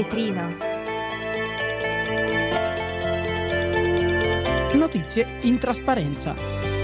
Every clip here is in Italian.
vetrina. Notizie in trasparenza.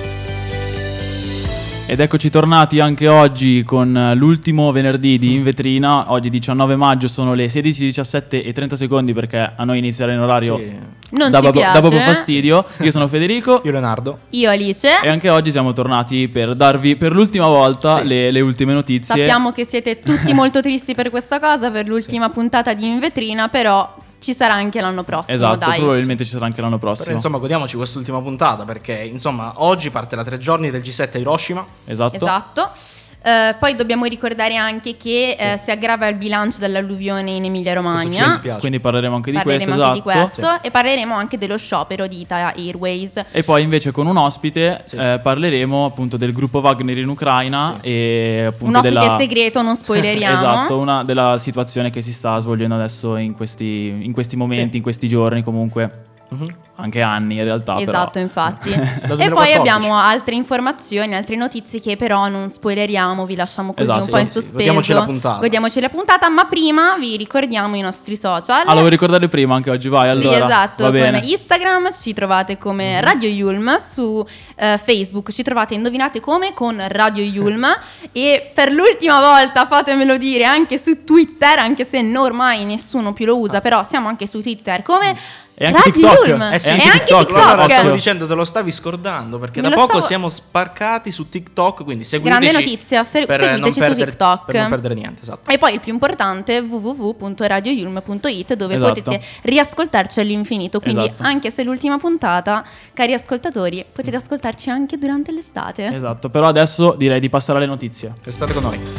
Ed eccoci tornati anche oggi con l'ultimo venerdì di In Vetrina. Oggi 19 maggio, sono le 16:17 e 30 secondi perché a noi iniziare in orario Non dà ci piace. dà proprio fastidio. Io sono Federico. Io Leonardo. Io Alice. E anche oggi siamo tornati per darvi per l'ultima volta le ultime notizie. Sappiamo che siete tutti molto tristi per questa cosa, per l'ultima puntata di In Vetrina, però ci sarà anche l'anno prossimo, Esatto, dai. probabilmente ci sarà anche l'anno prossimo. Però insomma godiamoci quest'ultima puntata perché insomma oggi parte la 3 giorni del G7 a Hiroshima. Esatto. Poi dobbiamo ricordare anche che si aggrava il bilancio dell'alluvione in Emilia Questo ci Romagna. dispiace. Quindi parleremo anche di Parleremo questo, anche di esatto. questo e parleremo anche dello sciopero di Ita Airways. E poi invece con un ospite Sì. Parleremo appunto del gruppo Wagner in Ucraina e appunto Un ospite della segreto, non spoileriamo. Esatto, una della situazione che si sta svolgendo adesso in questi momenti, in questi giorni, comunque anche anni in realtà. Esatto, però. infatti. Dal E poi 2014. abbiamo altre informazioni, altre notizie che però non spoileriamo, vi lasciamo così Esatto, un po' in sì. sospeso. Godiamoci la puntata. Ma prima vi ricordiamo i nostri social. Ah, lo vuoi ricordare prima anche oggi? Vai, allora. Sì, esatto, Va con bene. Instagram ci trovate come Radio Yulm, su Facebook ci trovate, indovinate come, con Radio Yulm e per l'ultima volta, fatemelo dire, anche su Twitter, anche se ormai nessuno più lo usa, però siamo anche su Twitter come E anche Radio TikTok. Yulm. Eh sì, e anche anche TikTok. TikTok. Allora stavo dicendo, te lo stavi scordando perché Me da lo poco stavo- siamo sparcati su TikTok, quindi seguiteci. Grande notizia, per seguiteci non su perdere- TikTok. per non perdere niente, esatto. E poi il più importante, www.radioyulm.it, dove Esatto. potete riascoltarci all'infinito. Quindi Esatto. anche se è l'ultima puntata, cari ascoltatori, potete ascoltarci anche durante l'estate. Esatto, però adesso direi di passare alle notizie. Restate con noi.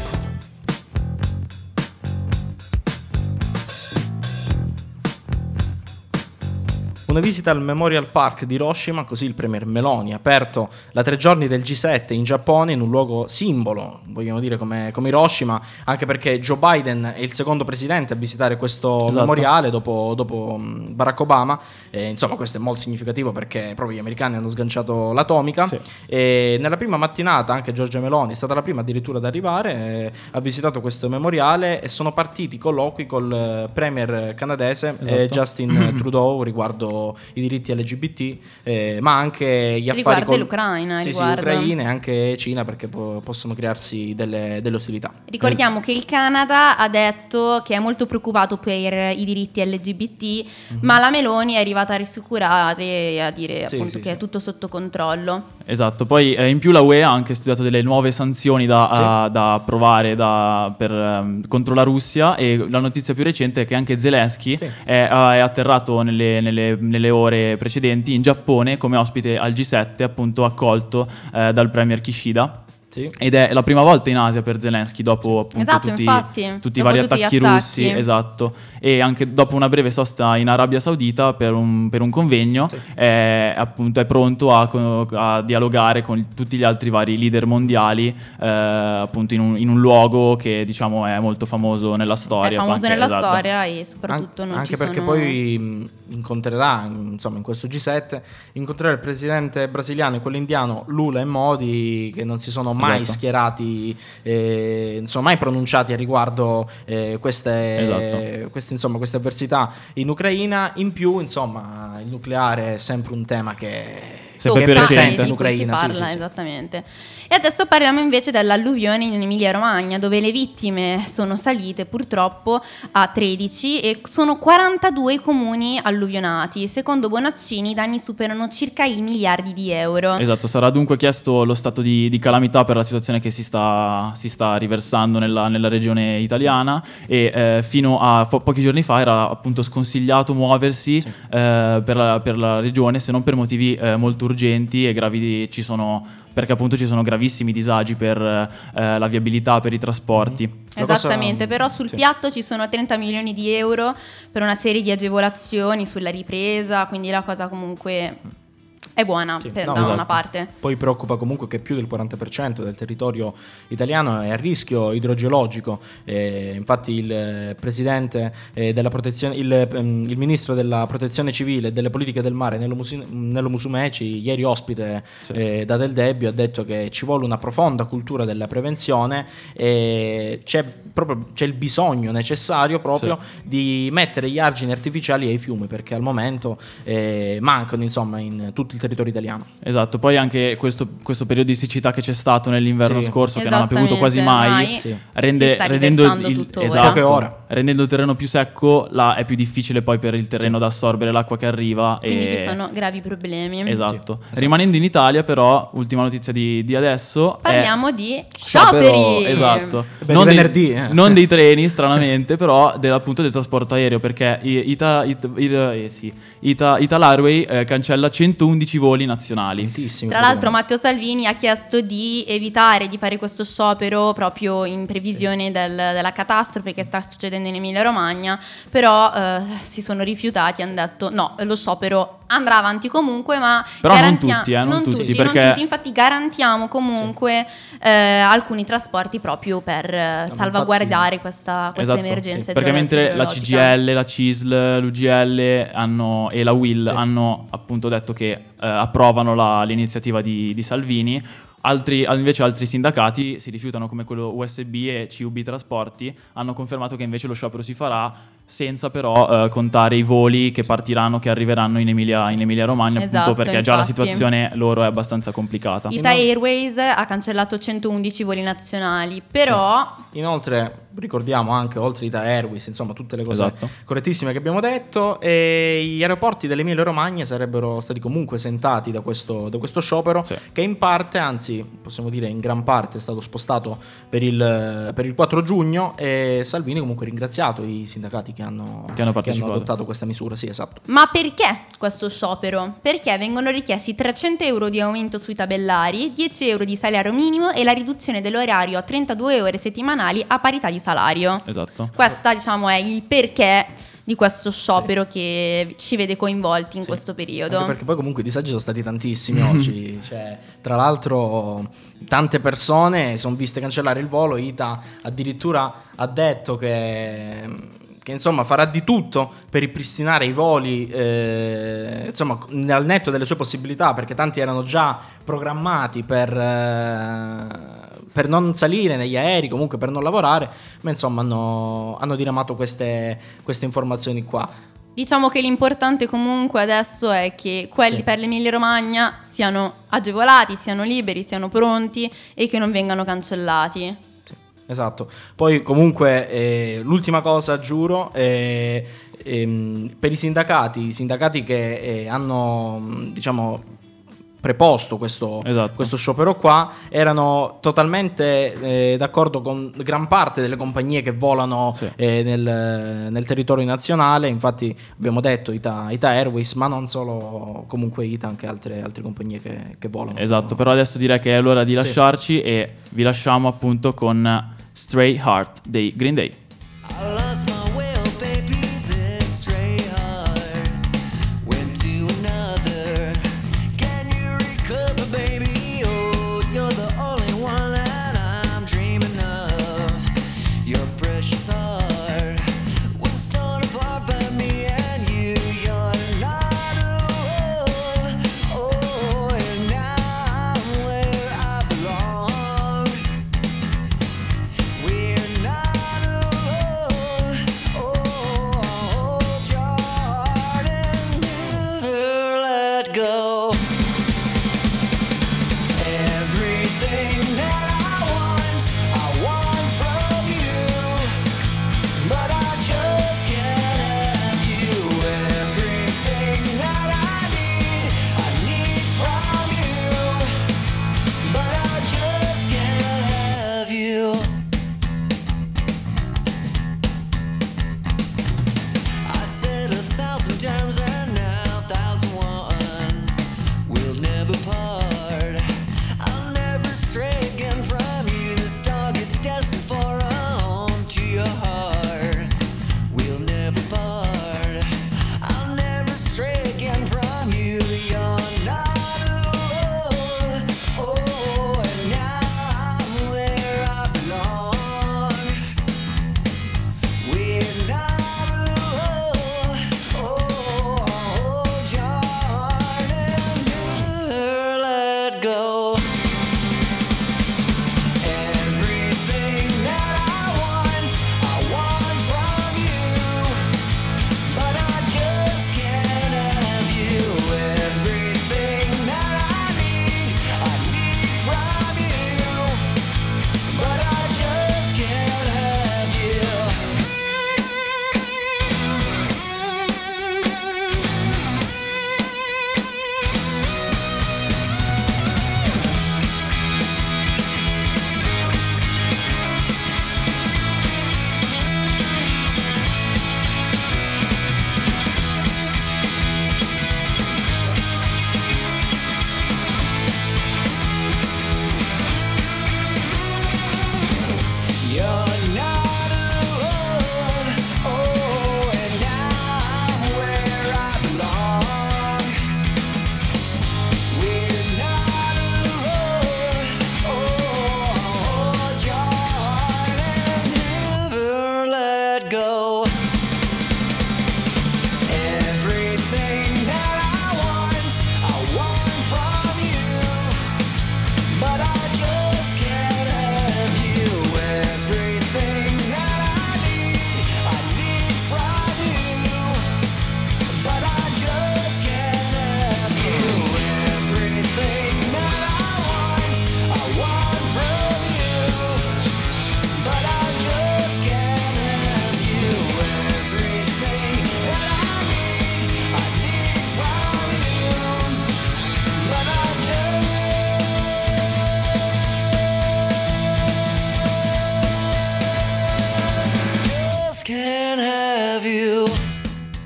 Una visita al Memorial Park di Hiroshima, così il premier Meloni ha aperto la 3 giorni del G7 in Giappone in un luogo simbolo, vogliamo dire come Hiroshima, anche perché Joe Biden è il secondo presidente a visitare questo Esatto. memoriale dopo Barack Obama. Insomma, questo è molto significativo perché proprio gli americani hanno sganciato l'atomica. Sì. E nella prima mattinata anche Giorgia Meloni è stata la prima addirittura ad arrivare, ha visitato questo memoriale e sono partiti colloqui col premier canadese Esatto. Justin Trudeau riguardo i diritti LGBT, ma anche gli affari Riguardo l'Ucraina, sì, riguardo. Ucraina e anche Cina, perché possono crearsi delle ostilità. Ricordiamo che il Canada ha detto che è molto preoccupato per i diritti LGBT, ma la Meloni è arrivata a rassicurare e a dire Sì, appunto sì, che sì. è tutto sotto controllo. Esatto, poi in più la UE ha anche studiato delle nuove sanzioni da approvare contro la Russia, e la notizia più recente è che anche Zelensky Sì. è atterrato nelle ore precedenti in Giappone come ospite al G7, appunto accolto dal premier Kishida. Sì. Ed è la prima volta in Asia per Zelensky dopo appunto Esatto, tutti infatti, i dopo vari tutti gli attacchi attacchi. russi, esatto, e anche dopo una breve sosta in Arabia Saudita per un convegno, Sì. appunto è pronto a dialogare con tutti gli altri vari leader mondiali, appunto in un luogo che diciamo è molto famoso nella storia. È famoso anche, nella esatto. storia e soprattutto non anche ci perché sono... poi incontrerà, insomma, in questo G7 incontrerà il presidente brasiliano e quello indiano Lula e Modi, che non si sono mai Esatto. schierati, non sono mai pronunciati a riguardo Esatto. queste avversità in Ucraina. In più, insomma, il nucleare è sempre un tema che Sempre è più presente recente. in Ucraina. Si sì, parla, sì, sì. esattamente. E adesso parliamo invece dell'alluvione in Emilia Romagna, dove le vittime sono salite purtroppo a 13 e sono 42 i comuni alluvionati. Secondo Bonaccini i danni superano circa i miliardi di euro. Esatto, sarà dunque chiesto lo stato di calamità per la situazione che si sta riversando nella regione italiana, e fino a pochi giorni fa era appunto sconsigliato muoversi per la regione, se non per motivi molto urgenti e gravi. Perché appunto ci sono gravissimi disagi per la viabilità, per i trasporti. La cosa- Esattamente, però sul sì. piatto ci sono 30 milioni di euro per una serie di agevolazioni sulla ripresa, quindi la cosa comunque è buona Sì, da esatto. una parte. Poi preoccupa comunque che più del 40% del territorio italiano è a rischio idrogeologico. Infatti il presidente della protezione, il ministro della protezione civile e delle politiche del mare, Nello Musumeci, ieri ospite da Del Debbio, ha detto che ci vuole una profonda cultura della prevenzione e c'è il bisogno necessario proprio di mettere gli argini artificiali ai fiumi, perché al momento mancano, insomma, in tutto il territorio italiano. Esatto, poi anche questo periodo di siccità che c'è stato nell'inverno Sì. scorso, che non ha piovuto quasi mai, Sì. rende, Si sta rendendo riversando il, tuttora. esatto, Poche ore. rendendo il terreno più secco, là è più difficile poi per il terreno da assorbere l'acqua che arriva. Quindi e... ci sono gravi problemi. Esatto. Rimanendo in Italia, però, ultima notizia di adesso. Parliamo di Sciopero, scioperi. esatto. Beh, di venerdì, non dei treni, stranamente, però appunto del trasporto aereo, perché Ital Airway cancella 111 voli nazionali. Tantissimi, Tra l'altro praticamente. Matteo Salvini ha chiesto di evitare di fare questo sciopero proprio in previsione della catastrofe che sta succedendo in Emilia Romagna, però si sono rifiutati, hanno detto no, lo sciopero andrà avanti comunque, ma Però non tutti, non tutti, perché- non tutti, infatti garantiamo comunque alcuni trasporti proprio per salvaguardare questa Esatto, emergenza perché mentre la idrogeologica. CGL, la CISL, l'UGL e la UIL hanno appunto detto che approvano l'iniziativa di Salvini, invece altri sindacati si rifiutano, come quello USB e CUB Trasporti, hanno confermato che invece lo sciopero si farà senza però contare i voli che partiranno, che arriveranno in Emilia Romagna, Esatto, appunto perché già la infatti. situazione loro è abbastanza complicata. Ita Airways ha cancellato 111 voli nazionali, però Inoltre ricordiamo anche, oltre Ita Airways, insomma tutte le cose Esatto. correttissime che abbiamo detto, e gli aeroporti dell'Emilia Romagna sarebbero stati comunque esentati da questo sciopero, Sì. che in parte, anzi possiamo dire in gran parte, è stato spostato per il 4 giugno, e Salvini comunque ha ringraziato i sindacati che hanno partecipato. adottato questa misura. Sì, esatto. Ma perché questo sciopero? Perché vengono richiesti 300 euro di aumento sui tabellari, 10 euro di salario minimo e la riduzione dell'orario a 32 ore settimanali a parità di salario. Esatto. Questa, diciamo, è il perché di questo sciopero che ci vede coinvolti in Sì. questo periodo. Anche perché poi comunque i disagi sono stati tantissimi oggi, cioè, tra l'altro tante persone sono viste cancellare il volo. Ita addirittura ha detto che insomma farà di tutto per ripristinare i voli, insomma al netto delle sue possibilità, perché tanti erano già programmati per non salire negli aerei, comunque per non lavorare, ma insomma hanno diramato queste informazioni qua. Diciamo che l'importante comunque adesso è che quelli Sì. per l'Emilia Romagna siano agevolati, siano liberi, siano pronti e che non vengano cancellati. Esatto. Poi comunque l'ultima cosa, giuro, per i sindacati che hanno, diciamo, preposto questo sciopero qua, erano totalmente d'accordo con gran parte delle compagnie che volano nel territorio nazionale. Infatti abbiamo detto Ita Airways, ma non solo, comunque Ita, anche altre compagnie che volano. Esatto, però adesso direi che è l'ora di lasciarci e vi lasciamo appunto con Stray Heart dei Green Day. I lost my will, baby, this stray heart went to another. Can you recover, baby? Oh, you're the only one that I'm dreaming of. Your precious heart was torn apart by me and you. You're not alone. Oh, and now I'm where I belong. We're not alone.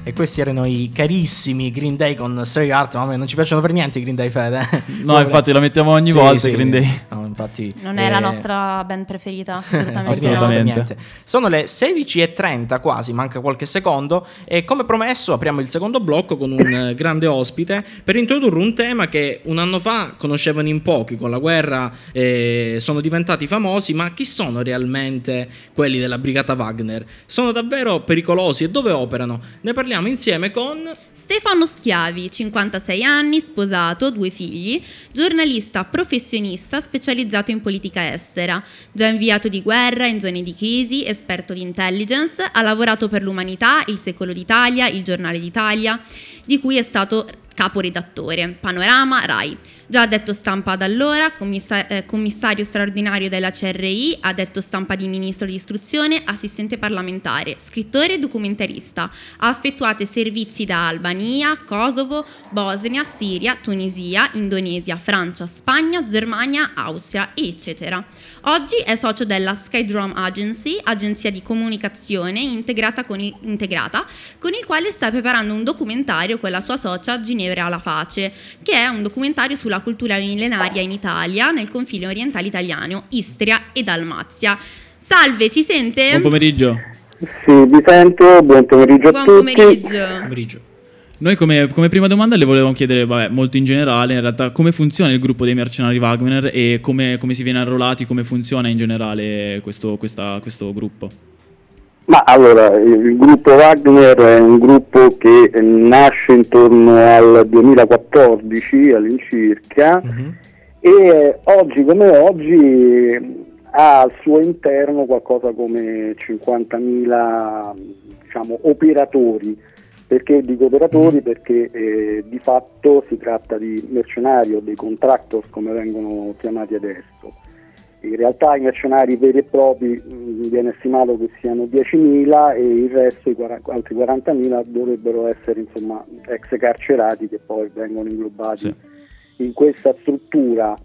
E questi erano i carissimi Green Day con Stray Heart. Mamma mia, non ci piacciono per niente i Green Day, Fede. No, infatti la mettiamo ogni Sì, volta sì, Green sì. Day. No, infatti, Non è la nostra band preferita, assolutamente Assolutamente. no. niente. Sono le 16:30 quasi, manca qualche secondo. E come promesso apriamo il secondo blocco con un grande ospite per introdurre un tema che un anno fa conoscevano in pochi. Con la guerra sono diventati famosi, ma chi sono realmente quelli della Brigata Wagner? Sono davvero pericolosi e dove operano? Ne parliamo insieme con... Stefano Schiavi, 56 anni, sposato, 2 figli, giornalista professionista specializzato in politica estera, già inviato di guerra in zone di crisi, esperto di intelligence, ha lavorato per l'Umanità, Il Secolo d'Italia, Il Giornale d'Italia, di cui è stato caporedattore, Panorama, Rai. Già addetto stampa da allora, commissario straordinario della CRI, addetto stampa di ministro di istruzione, assistente parlamentare, scrittore e documentarista. Ha effettuato servizi da Albania, Kosovo, Bosnia, Siria, Tunisia, Indonesia, Francia, Spagna, Germania, Austria, eccetera. Oggi è socio della Skydrum Agency, agenzia di comunicazione integrata con il quale sta preparando un documentario con la sua socia Ginevra La Face, che è un documentario sulla cultura millenaria in Italia, nel confine orientale italiano, Istria e Dalmazia. Salve, ci sente? Buon pomeriggio. Sì, vi sento, buon pomeriggio a Buon tutti. pomeriggio. Pomeriggio. Noi come prima domanda le volevamo chiedere, molto in generale, in realtà, come funziona il gruppo dei mercenari Wagner e come si viene arruolati, come funziona in generale questo gruppo? Ma allora, il gruppo Wagner è un gruppo che nasce intorno al 2014 all'incirca e oggi come oggi ha al suo interno qualcosa come 50.000 diciamo, operatori. Perché dico operatori? Perché di fatto si tratta di mercenari o dei contractors come vengono chiamati adesso. In realtà i mercenari veri e propri viene stimato che siano 10.000 e il resto, altri 40.000, dovrebbero essere insomma ex carcerati che poi vengono inglobati in questa struttura.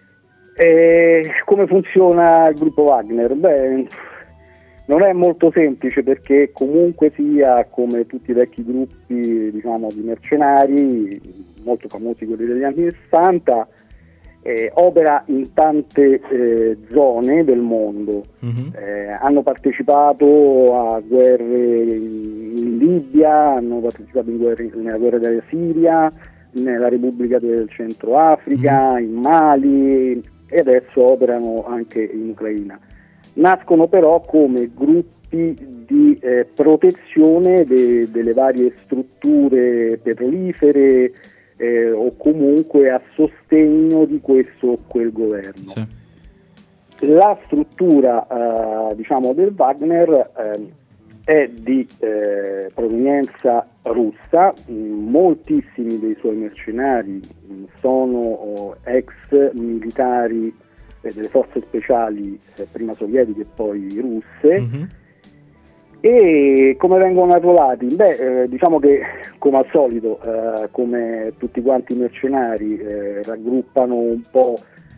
Come funziona il gruppo Wagner? Beh, non è molto semplice perché comunque sia, come tutti i vecchi gruppi diciamo di mercenari, molto famosi quelli degli anni 60, opera in tante zone del mondo. Hanno partecipato a guerre in Libia, hanno partecipato nella guerra della Siria, nella Repubblica del Centro Africa, in Mali e adesso operano anche in Ucraina. Nascono però come gruppi di protezione delle varie strutture petrolifere o comunque a sostegno di questo o quel governo. Sì. La struttura diciamo del Wagner è di provenienza russa, moltissimi dei suoi mercenari sono ex militari delle forze speciali prima sovietiche e poi russe. E come vengono arruolati? Beh, diciamo che come al solito, come tutti quanti i mercenari, raggruppano un po'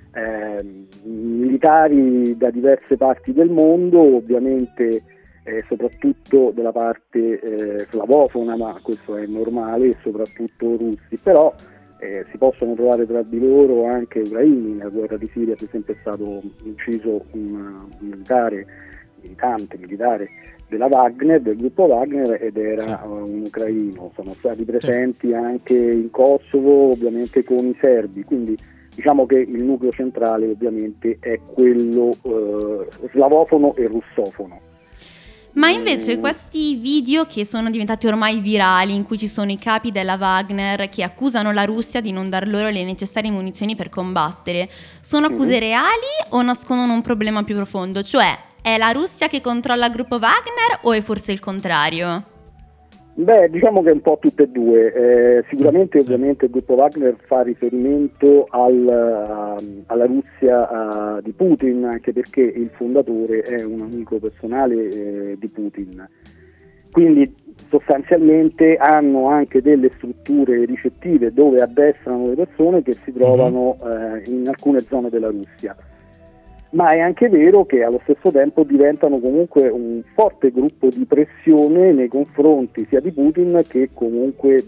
militari da diverse parti del mondo, ovviamente soprattutto della parte slavofona, ma questo è normale, e soprattutto russi, però si possono trovare tra di loro anche ucraini. Nella guerra di Siria per esempio è stato ucciso un militare della Wagner, del gruppo Wagner, ed era un ucraino. Sono stati presenti anche in Kosovo, ovviamente con i serbi, quindi diciamo che il nucleo centrale ovviamente è quello slavofono e russofono. Ma invece questi video che sono diventati ormai virali, in cui ci sono i capi della Wagner che accusano la Russia di non dar loro le necessarie munizioni per combattere, sono accuse reali o nascondono un problema più profondo? Cioè, è la Russia che controlla il gruppo Wagner o è forse il contrario? Beh, diciamo che è un po' tutte e due. Sicuramente ovviamente il gruppo Wagner fa riferimento alla Russia di Putin, anche perché il fondatore è un amico personale di Putin. Quindi sostanzialmente hanno anche delle strutture ricettive dove addestrano le persone che si trovano in alcune zone della Russia. ma è anche vero che allo stesso tempo diventano comunque un forte gruppo di pressione nei confronti sia di Putin che comunque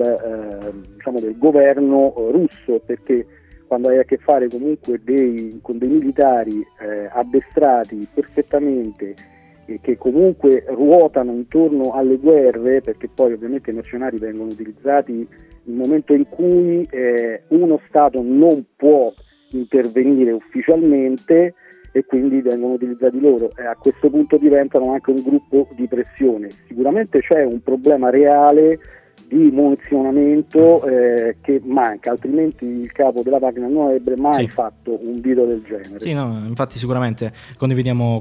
del governo russo, perché quando hai a che fare comunque con dei militari addestrati perfettamente e che comunque ruotano intorno alle guerre, perché poi ovviamente i mercenari vengono utilizzati nel momento in cui uno Stato non può intervenire ufficialmente e quindi vengono utilizzati loro, e a questo punto diventano anche un gruppo di pressione. Sicuramente c'è un problema reale di munizionamento che manca, altrimenti il capo della Wagner non avrebbe mai Sì. fatto un video del genere. Sì, no, infatti sicuramente condividiamo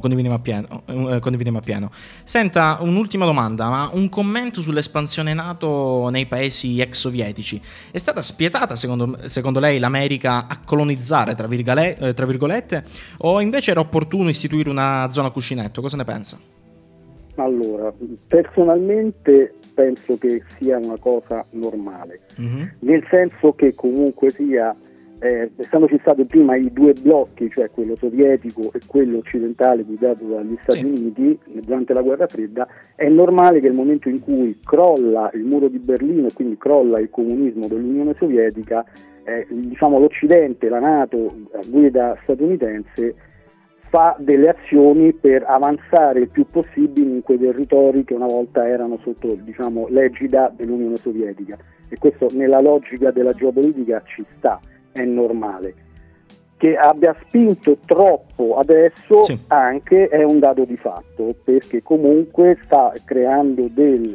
appieno. Senta, un'ultima domanda, ma un commento sull'espansione NATO nei paesi ex sovietici. È stata spietata secondo lei l'America a colonizzare, tra virgolette, o invece era opportuno istituire una zona cuscinetto? Cosa ne pensa? Allora, personalmente penso che sia una cosa normale, nel senso che comunque sia, essendoci stati prima i due blocchi, cioè quello sovietico e quello occidentale guidato dagli Stati Uniti durante la guerra fredda, è normale che nel momento in cui crolla il muro di Berlino e quindi crolla il comunismo dell'Unione Sovietica, l'Occidente, la NATO a guida statunitense, fa delle azioni per avanzare il più possibile in quei territori che una volta erano sotto l'egida dell'Unione Sovietica, e questo nella logica della geopolitica ci sta, è normale. Che abbia spinto troppo adesso anche è un dato di fatto, perché comunque sta creando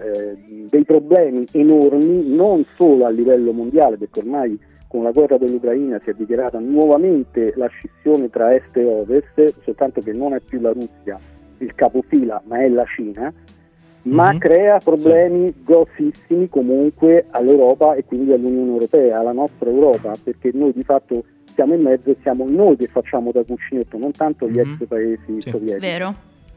dei problemi enormi non solo a livello mondiale, perché ormai con la guerra dell'Ucraina si è dichiarata nuovamente la scissione tra est e ovest, soltanto che non è più la Russia il capofila, ma è la Cina, ma crea problemi grossissimi comunque all'Europa e quindi all'Unione Europea, alla nostra Europa, perché noi di fatto siamo in mezzo e siamo noi che facciamo da cuscinetto, non tanto gli ex paesi sovietici.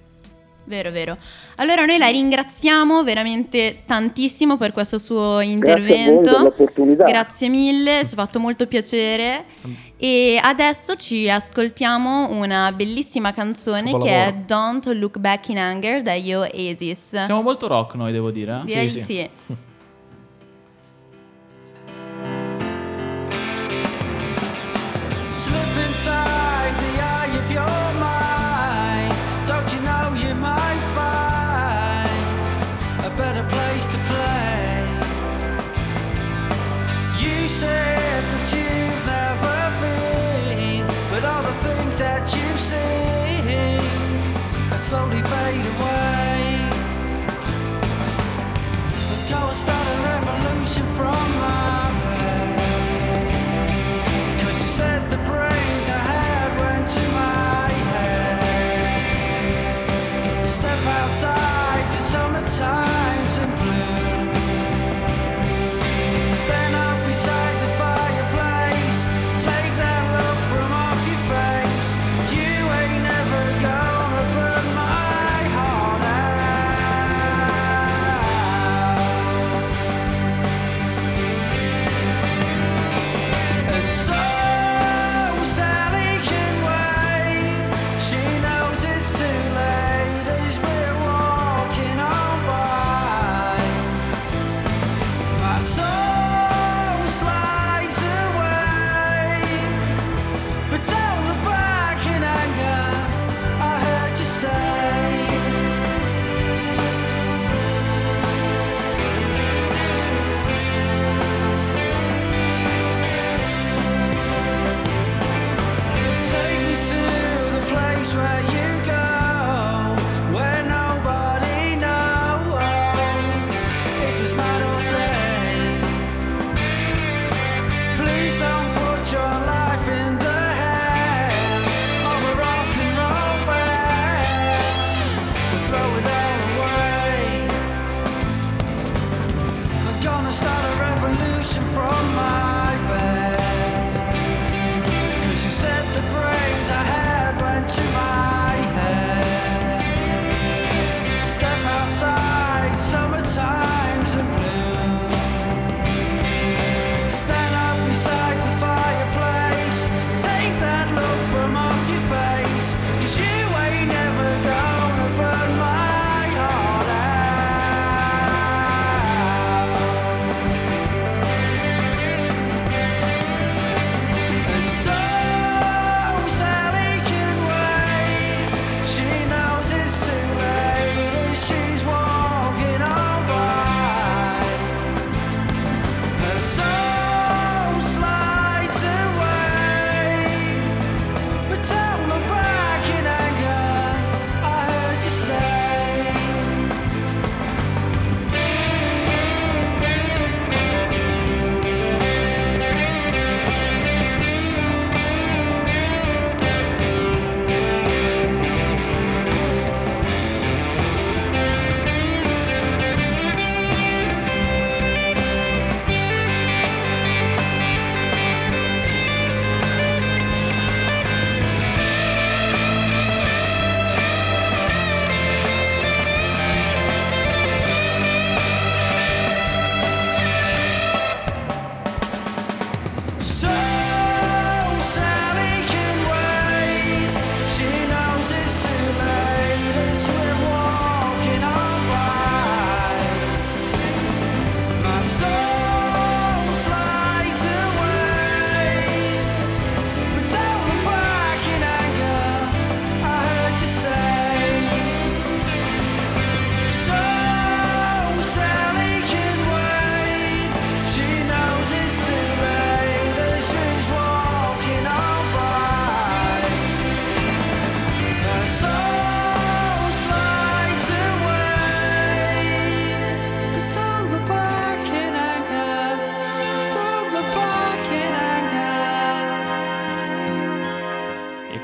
Vero. Allora noi la ringraziamo veramente tantissimo per questo suo intervento. Grazie a voi per l'opportunità. Grazie mille, ci ha fatto molto piacere. E adesso ci ascoltiamo una bellissima canzone che è Don't Look Back in Anger dagli Oasis. Siamo molto rock noi, devo dire. Direi di sì. Slip inside the eye of your mind. Don't you know you might find a better place to play? You said that you've never been, but all the things that you've seen are slowly fade away. Go and start a revolution from my bed. 'Cause you said the brains I had went to my head. Step outside the summertime's in blue. Stand up beside the fireplace. Take that look from off your face. You ain't never gonna burn my heart out.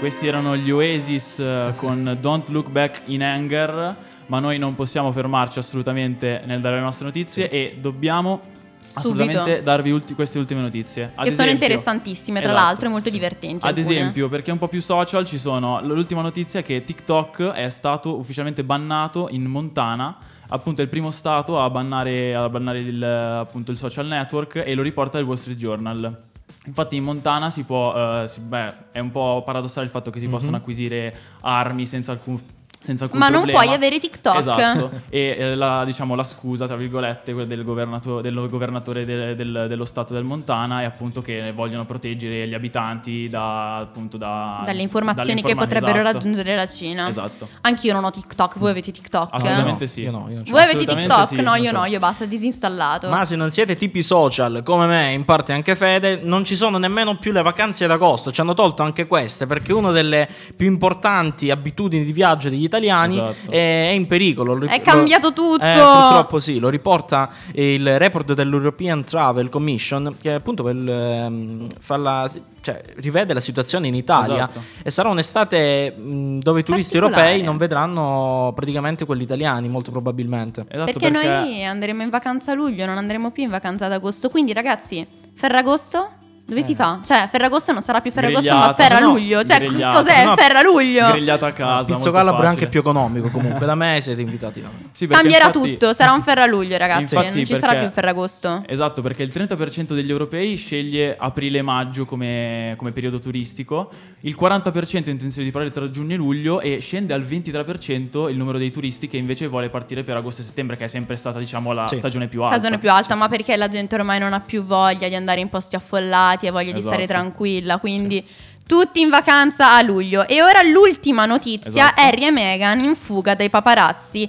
Questi erano gli Oasis con Don't Look Back in Anger, ma noi non possiamo fermarci assolutamente nel dare le nostre notizie e dobbiamo assolutamente darvi queste ultime notizie. Che sono interessantissime, tra esatto, l'altro, e molto divertenti. Ad alcune. esempio, perché un po' più social ci sono, l'ultima notizia è che TikTok è stato ufficialmente bannato in Montana. Appunto è il primo stato a bannare appunto il social network, e lo riporta il Wall Street Journal. Infatti in Montana si può, è un po' paradossale il fatto che si possano acquisire armi senza alcun Ma non problema. puoi avere TikTok. Esatto. E la scusa, tra virgolette, quella del governatore dello stato del Montana è appunto che vogliono proteggere gli abitanti dalle informazioni che potrebbero esatto. raggiungere la Cina. Esatto. Anch'io non ho TikTok, voi avete TikTok? Assolutamente No, sì. io no, io non ce Voi avete Assolutamente TikTok? sì, No, non io so. no, io basta, disinstallato. Ma se non siete tipi social come me, in parte anche Fede, non ci sono nemmeno più le vacanze d'agosto. Ci hanno tolto anche queste, perché una delle più importanti abitudini di viaggio degli italiani Esatto. è in pericolo. È cambiato tutto. Purtroppo sì, lo riporta il report dell'European Travel Commission, che appunto rivede la situazione in Italia. Esatto. E sarà un'estate dove i turisti Particolare. europei non vedranno praticamente quelli italiani, molto probabilmente. Esatto, perché noi andremo in vacanza a luglio, non andremo più in vacanza ad agosto. Quindi, ragazzi, Ferragosto dove si fa? Cioè, Ferragosto non sarà più Ferragosto, ma Grigliata. Ferraluglio. Cioè, Grigliata. cos'è Se no- Ferraluglio? grigliata a casa. Pizzo molto Calabro è anche facile. più economico comunque. Da me siete invitati da me. Sì, perché Cambierà infatti- tutto, sarà un Ferraluglio, ragazzi. Infatti, non ci sarà perché- più Ferragosto. Esatto, perché il 30% degli europei sceglie aprile-maggio come periodo turistico, il 40% ha intenzione di partire tra giugno e luglio, e scende al 23% il numero dei turisti che invece vuole partire per agosto e settembre, che è sempre stata, diciamo, la Sì. stagione più alta. Stagione più alta, ma perché la gente ormai non ha più voglia di andare in posti affollati, ha voglia di stare Esatto. tranquilla, quindi tutti in vacanza a luglio. E ora l'ultima notizia: Esatto. Harry e Meghan in fuga dai paparazzi.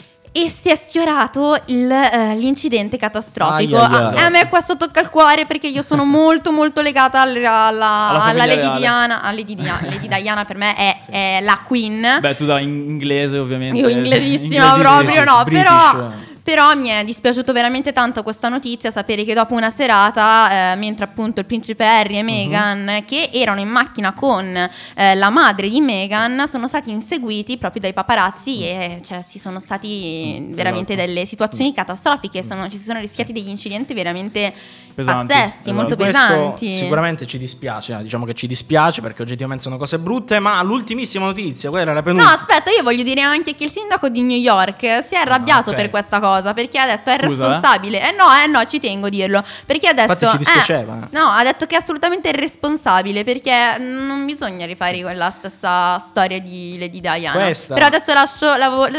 E si è sfiorato l'incidente catastrofico. Ai, ai, ai. A me questo tocca il cuore, perché io sono molto molto legata alla famiglia Lady reale. Diana. Lady Diana per me è la queen. Beh, tu da inglese ovviamente. Io inglesissima Inglesissima, proprio, no, British. però mi è dispiaciuto veramente tanto questa notizia, sapere che dopo una serata, mentre appunto il principe Harry e Meghan, che erano in macchina con la madre di Meghan, sono stati inseguiti proprio dai paparazzi, e cioè ci sono stati veramente Esatto. delle situazioni catastrofiche, ci sono rischiati degli incidenti veramente Pesanti, pazzeschi, esatto. molto Questo pesanti. sicuramente ci dispiace, diciamo che ci dispiace perché oggettivamente sono cose brutte, ma l'ultimissima notizia, quella è la No, penultima. aspetta, io voglio dire anche che il sindaco di New York si è arrabbiato ok. per questa cosa, perché ha detto è Scusa, responsabile. No, ci tengo a dirlo. Perché ha detto Infatti ci dispiaceva. no, ha detto che è assolutamente irresponsabile, perché non bisogna rifare quella stessa storia di Lady Diana. Questa. Però adesso lascio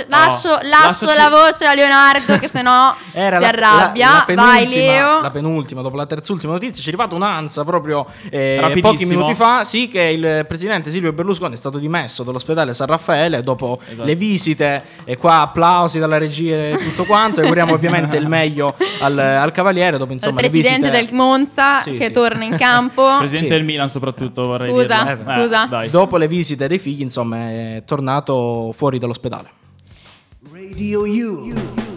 lasciati- la voce a Leonardo, che sennò Era si la arrabbia. Vai Leo. la penultima, dopo la terzultima notizia, ci è arrivata un'ansa proprio Rapidissimo. pochi minuti fa, sì, che il presidente Silvio Berlusconi è stato dimesso dall'ospedale San Raffaele dopo Esatto. le visite, e qua applausi dalla regia e tutto quanto, e auguriamo ovviamente il meglio al cavaliere dopo, Il insomma, le presidente visite. del Monza Sì, che sì. torna in campo. Presidente Sì. del Milan soprattutto, vorrei Scusa, dirlo. scusa. Dai. Dopo le visite dei figli, insomma, è tornato fuori dall'ospedale. Radio U.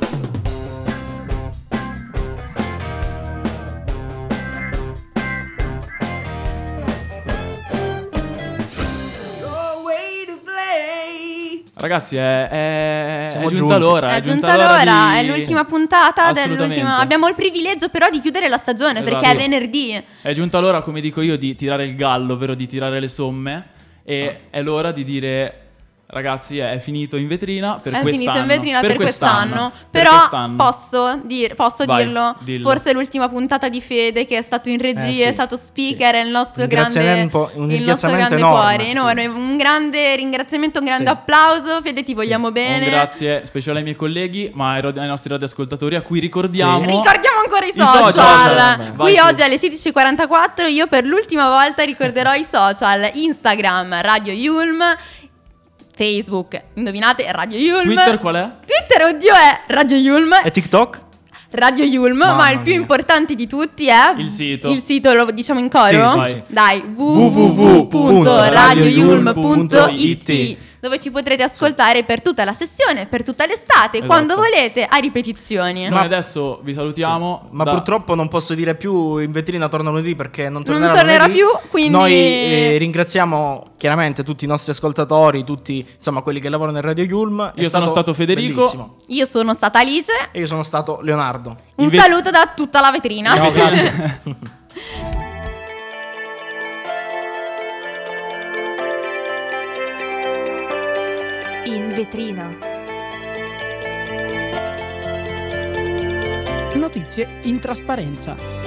Your way to play. Ragazzi, è Siamo giunta giunti. l'ora. È giunta l'ora, di- è l'ultima puntata Assolutamente. dell'ultima. Abbiamo il privilegio però di chiudere la stagione, Esatto. perché è Sì. venerdì. È giunta l'ora, come dico io, di tirare il gallo, ovvero di tirare le somme. E è l'ora di dire: ragazzi, è finito in vetrina per È quest'anno. finito in vetrina per quest'anno. Per Però quest'anno. posso Vai, dirlo. dillo. Forse è l'ultima puntata di Fede, che è stato in regia, sì, è stato speaker, è il nostro Un grande, ringraziamento- un il nostro ringraziamento grande enorme, cuore. sì. Enorme. Un grande ringraziamento, un grande Sì. applauso. Fede, ti vogliamo bene. Un grazie speciale ai miei colleghi, ma ai nostri radioascoltatori, a cui ricordiamo. Ricordiamo ancora i social. social. Vai Qui tu. oggi alle 16:44 io per l'ultima volta ricorderò i social: Instagram Radio Yulm, Facebook, indovinate, Radio Yulm. Twitter qual è? Twitter, oddio, è Radio Yulm. E TikTok? Radio Yulm, Mamma ma il più mia. importante di tutti è Il sito. Il sito lo diciamo in coro? Sì, sì. Dai, www.radioyulm.it. dove ci potrete ascoltare per tutta la sessione, per tutta l'estate, Esatto. quando volete, a ripetizioni. Noi adesso vi salutiamo. Ma purtroppo non posso dire più in vetrina torna lunedì perché non tornerà tornerà lunedì. più, quindi- Noi ringraziamo chiaramente tutti i nostri ascoltatori, tutti insomma quelli che lavorano in Radio Yulm. È Io sono stato Federico. bellissimo. Io sono stata Alice. E io sono stato Leonardo. Un saluto da tutta la vetrina. No, grazie. In vetrina. Notizie in trasparenza.